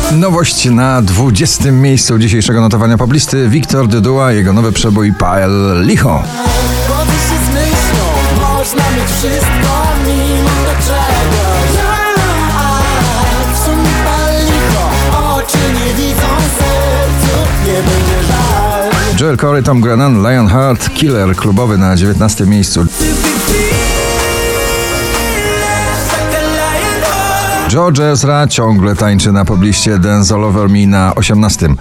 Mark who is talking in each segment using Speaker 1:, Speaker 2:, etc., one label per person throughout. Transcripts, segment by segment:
Speaker 1: Nowość na 20. miejscu dzisiejszego notowania poblisty. Wiktor Dyduła, jego nowy przebój Pal Licho.
Speaker 2: Chodzę się z myślą, można mieć wszystko, mimo czegoś. W sumie pal licho, oczy nie widzą, sercu nie będzie żal.
Speaker 1: Joel Corey, Tom Grennan, Lionheart, Killer klubowy na 19. miejscu. George Ezra ciągle tańczy na pobliście Dance All Over Me na 18.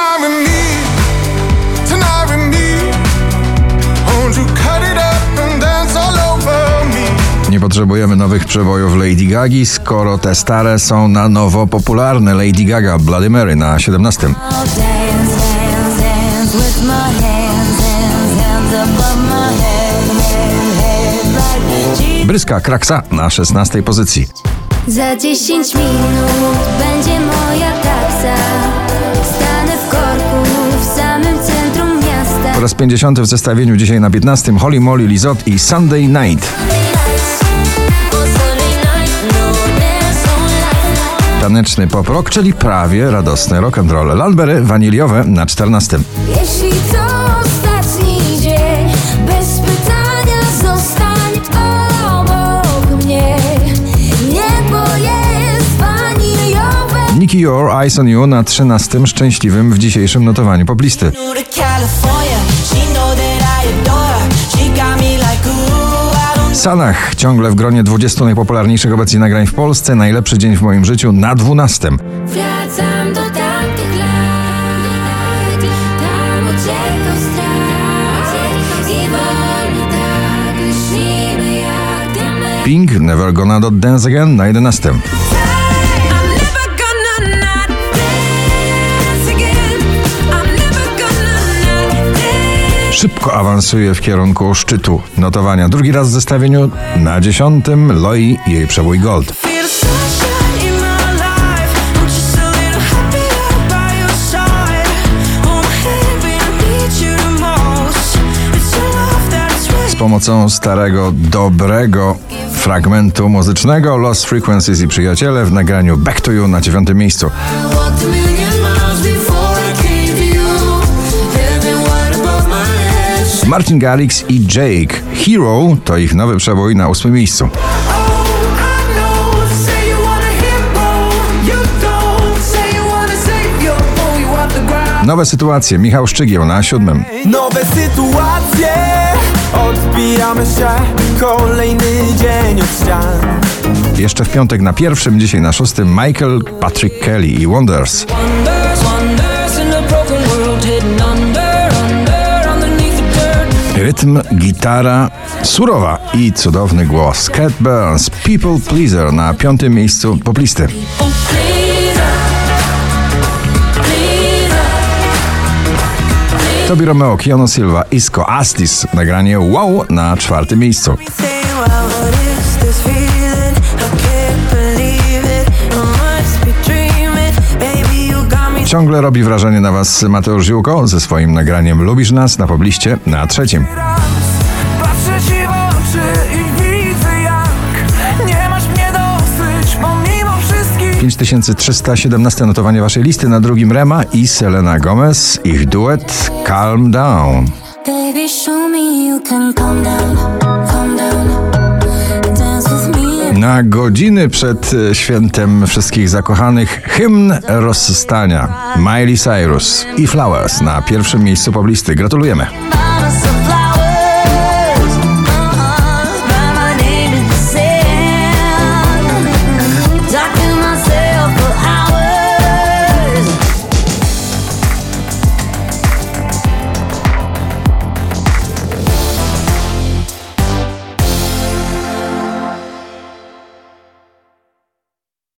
Speaker 1: Nie potrzebujemy nowych przebojów Lady Gagi, skoro te stare są na nowo popularne. Lady Gaga, Bloody Mary na 17. Bryska Kraksa na 16. pozycji.
Speaker 3: Za 10 minut będzie moja taksa. Stanę w korku w samym centrum miasta.
Speaker 1: Po raz 50 w zestawieniu dzisiaj na 15. Holly Molly Lizotte i Sunday Night. Taneczny pop rock, czyli prawie radosny rock'n'roll. Lalbery waniliowe na 14.
Speaker 3: Jeśli to ostatni dzień, bez pytania zostań obok mnie. Niebo jest waniliowe.
Speaker 1: Nicky Your Eyes on You na 13. szczęśliwym w dzisiejszym notowaniu poblisty. Sanach ciągle w gronie 20 najpopularniejszych obecnie nagrań w Polsce. Najlepszy dzień w moim życiu na 12.
Speaker 3: Wracam do tamtych lat, tam uciekał strach i wolno tak myślimy jak diament.
Speaker 1: Pink, Never Gonna Not Dance Again na 11. Szybko awansuje w kierunku szczytu notowania. Drugi raz w zestawieniu na 10. Loi i jej przebój Gold. Z pomocą starego, dobrego fragmentu muzycznego Lost Frequencies i przyjaciele w nagraniu Back to You na 9. miejscu. Martin Garrix i Jake. Hero to ich nowy przebój na 8. miejscu. Nowe sytuacje. Michał Szczygieł na 7.
Speaker 2: Nowe sytuacje, odbijamy się, kolejny dzień od ścian.
Speaker 1: Jeszcze w piątek na 1, dzisiaj na 6. Michael Patrick Kelly i Wonders. Rytm, gitara, surowa i cudowny głos. Cat Burns, People Pleaser na 5. miejscu poplisty. Tobi Romeo, Keanu Silva, Isco, Astis, nagranie Wow na 4. miejscu. Ciągle robi wrażenie na Was Mateusz Ziółko ze swoim nagraniem Lubisz nas na pobliście na 3.
Speaker 2: Patrzę ci w oczy i widzę jak nie masz mnie dosyć pomimo wszystkich.
Speaker 1: 5317 notowanie Waszej listy, na 2. Rema i Selena Gomez, ich duet Calm Down.
Speaker 3: Baby, show me you can calm down, calm down. Dance with me.
Speaker 1: Na godziny przed świętem wszystkich zakochanych hymn rozstania Miley Cyrus i Flowers na 1. miejscu poblisty. Gratulujemy.